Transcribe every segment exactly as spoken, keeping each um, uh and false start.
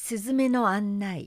すずめの案内。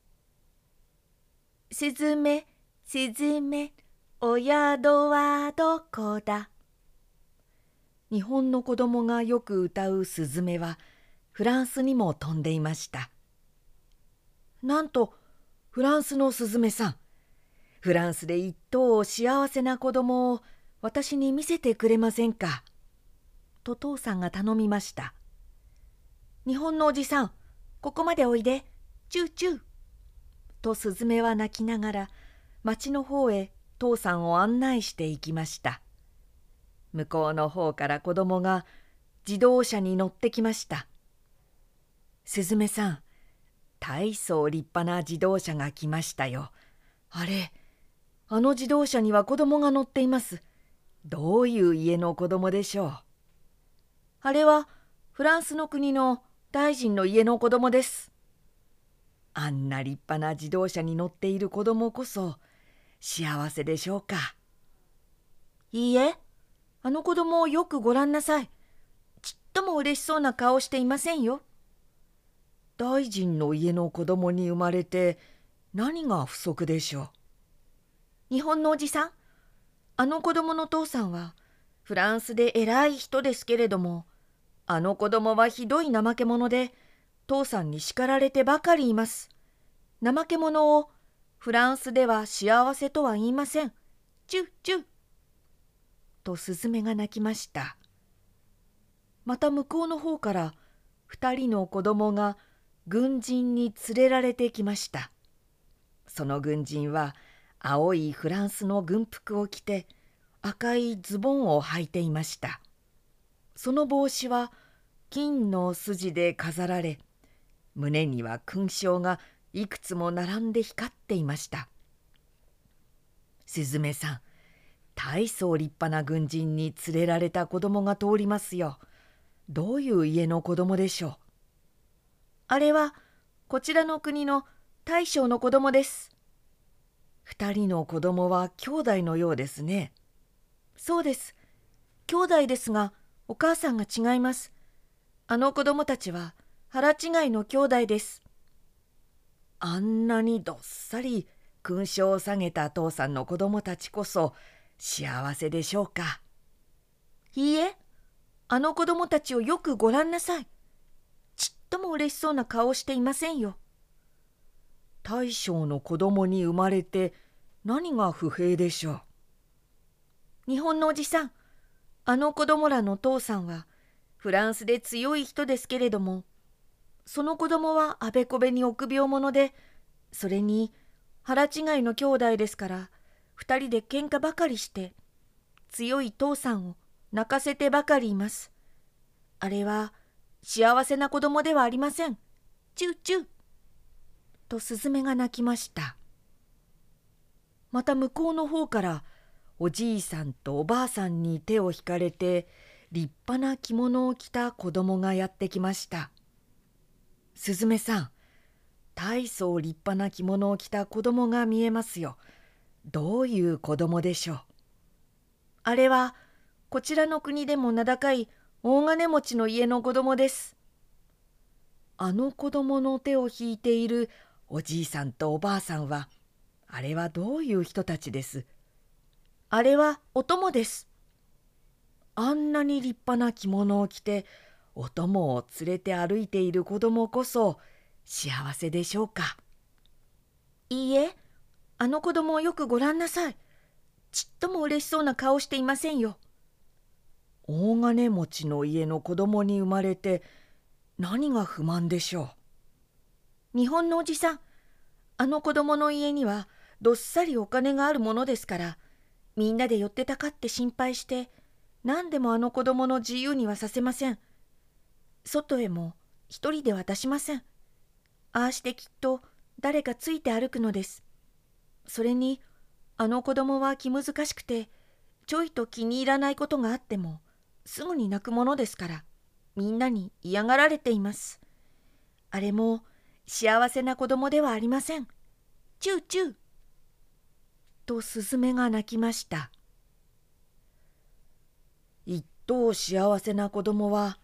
すずめ、すずめ、お宿はどこだ。日本の子供がよく歌うすずめはフランスにも飛んでいました。なんとフランスのすずめさん、フランスで一等幸せな子供を私に見せてくれませんか。と父さんが頼みました。日本のおじさん、ここまでおいで、チューチュー。とすずめは泣きながら町の方へ父さんを案内していきました。向こうの方から子供が自動車に乗ってきました。すずめさん、大層立派な自動車が来ましたよ。あれ、あの自動車には子供が乗っています。どういう家の子供でしょう。あれはフランスの国の大臣の家の子供です。あんな立派な自動車に乗っている子供こそ幸せでしょうか。いいえ、あの子供をよくご覧なさい。ちっとも嬉しそうな顔していませんよ。大臣の家の子供に生まれて何が不足でしょう。日本のおじさん、あの子供の父さんはフランスで偉い人ですけれども、あの子供はひどい怠け者で父さんに叱られてばかりいます。怠け者をフランスでは幸せとは言いません。チューチュー。とスズメが鳴きました。また向こうの方から二人の子供が軍人に連れられてきました。その軍人は青いフランスの軍服を着て赤いズボンを履いていました。その帽子は金の筋で飾られ、胸には勲章がいくつも並んで光っていました。すずめさん、大層立派な軍人に連れられた子供が通りますよ。どういう家の子供でしょう。あれはこちらの国の大将の子供です。二人の子供は兄弟のようですね。そうです。兄弟ですがお母さんが違います。あの子供たちは腹違いの兄弟です。あんなにどっさり勲章を下げた父さんの子供たちこそ幸せでしょうか。いいえ、あの子供たちをよくご覧なさい。ちっとも嬉しそうな顔をしていませんよ。大将の子供に生まれて何が不平でしょう。日本のおじさん、あの子供らの父さんはフランスで強い人ですけれども、その子供はあべこべに臆病者で、それに腹違いの兄弟ですから二人で喧嘩ばかりして強い父さんを泣かせてばかりいます。あれは幸せな子供ではありません。チューチュー。とスズメが鳴きました。また向こうの方からおじいさんとおばあさんに手を引かれて立派な着物を着た子供がやってきました。すずめさん、大層立派な着物を着た子供が見えますよ。どういう子供でしょう。あれはこちらの国でも名高い大金持ちの家の子供です。あの子供の手を引いているおじいさんとおばあさんは、あれはどういう人たちです。あれはお供です。あんなに立派な着物を着てお供を連れて歩いている子供こそ幸せでしょうか。いいえ、あの子供をよくご覧なさい。ちっとも嬉しそうな顔していませんよ。大金持ちの家の子供に生まれて何が不満でしょう。日本のおじさん、あの子供の家にはどっさりお金があるものですから、みんなで寄ってたかって心配して何でもあの子供の自由にはさせません。外へも一人では出しません。ああしてきっと誰かついて歩くのです。それにあの子供は気難しくてちょいと気に入らないことがあってもすぐに泣くものですから、みんなに嫌がられています。あれも幸せな子供ではありません。チューチュー。とスズメが鳴きました。一等幸せな子供は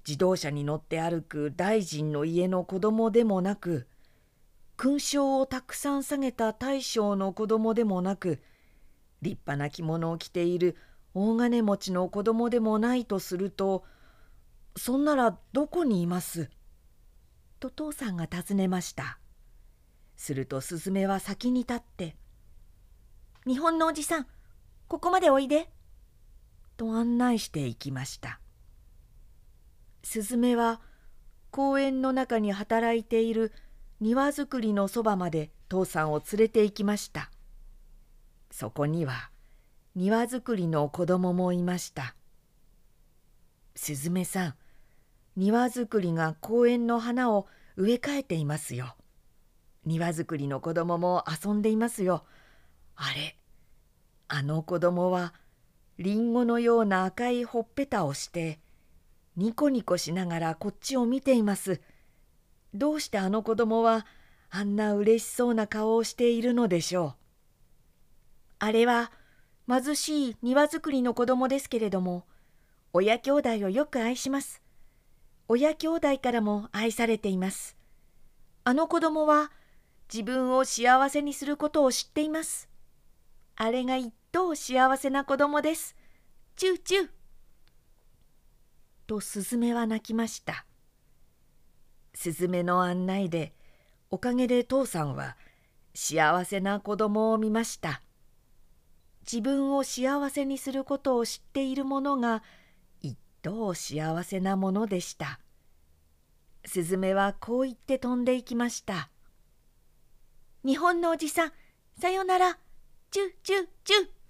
自動車に乗って歩く大臣の家の子供でもなく、勲章をたくさん下げた大将の子供でもなく、立派な着物を着ている大金持ちの子供でもないとすると、そんならどこにいます?」と父さんが尋ねました。するとすずめは先に立って「日本のおじさん、ここまでおいで」と案内していきました。すずめは公園の中に働いている庭作りのそばまで父さんを連れて行きました。そこには庭作りの子供もいました。すずめさん、庭作りが公園の花を植え替えていますよ。庭作りの子供も遊んでいますよ。あれ、あの子供はりんごのような赤いほっぺたをしてニコニコしながらこっちを見ています。どうしてあの子供はあんなうれしそうな顔をしているのでしょう。あれは貧しい庭作りの子供ですけれども、親兄弟をよく愛します。親兄弟からも愛されています。あの子供は自分を幸せにすることを知っています。あれが一等幸せな子供です。チューチュー。とすずめは泣きました。すずめの案内でおかげで父さんは幸せな子供を見ました。自分を幸せにすることを知っているものが一等幸せなものでした。すずめはこう言って飛んでいきました。日本のおじさん、さよなら、チューチューチュー。